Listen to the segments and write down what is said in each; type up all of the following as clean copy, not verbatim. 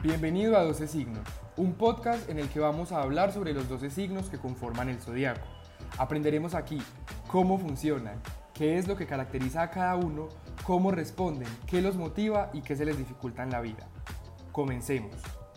Bienvenido a 12 signos, un podcast en el que vamos a hablar sobre los 12 signos que conforman el zodiaco. Aprenderemos aquí cómo funcionan, qué es lo que caracteriza a cada uno, cómo responden, qué los motiva y qué se les dificulta en la vida. Comencemos.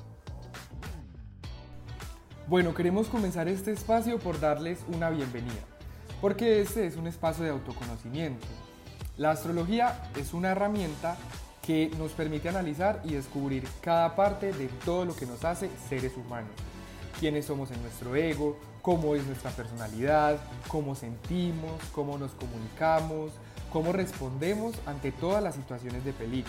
Bueno, queremos comenzar este espacio por darles una bienvenida, porque este es un espacio de autoconocimiento. La astrología es una herramienta que nos permite analizar y descubrir cada parte de todo lo que nos hace seres humanos. Quiénes somos en nuestro ego, cómo es nuestra personalidad, cómo sentimos, cómo nos comunicamos, cómo respondemos ante todas las situaciones de peligro.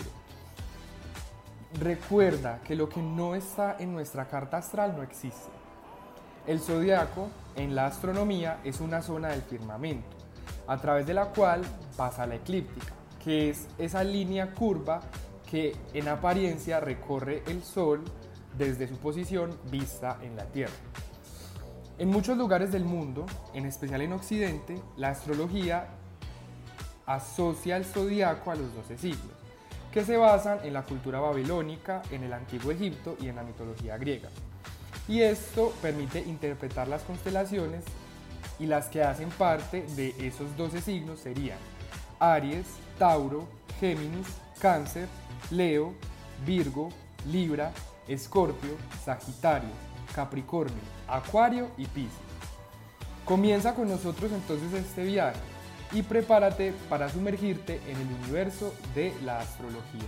Recuerda que lo que no está en nuestra carta astral no existe. El zodiaco en la astronomía es una zona del firmamento, a través de la cual pasa la eclíptica, que es esa línea curva que en apariencia recorre el Sol desde su posición vista en la Tierra. En muchos lugares del mundo, en especial en Occidente, la astrología asocia el zodiaco a los 12 signos, que se basan en la cultura babilónica, en el antiguo Egipto y en la mitología griega. Y esto permite interpretar las constelaciones, y las que hacen parte de esos 12 signos serían Aries, Tauro, Géminis, Cáncer, Leo, Virgo, Libra, Escorpio, Sagitario, Capricornio, Acuario y Piscis. Comienza con nosotros entonces este viaje y prepárate para sumergirte en el universo de la astrología.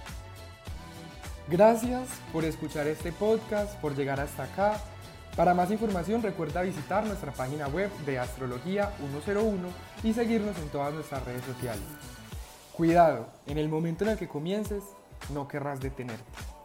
Gracias por escuchar este podcast, por llegar hasta acá. Para más información recuerda visitar nuestra página web de Astrología 101 y seguirnos en todas nuestras redes sociales. Cuidado, en el momento en el que comiences, no querrás detenerte.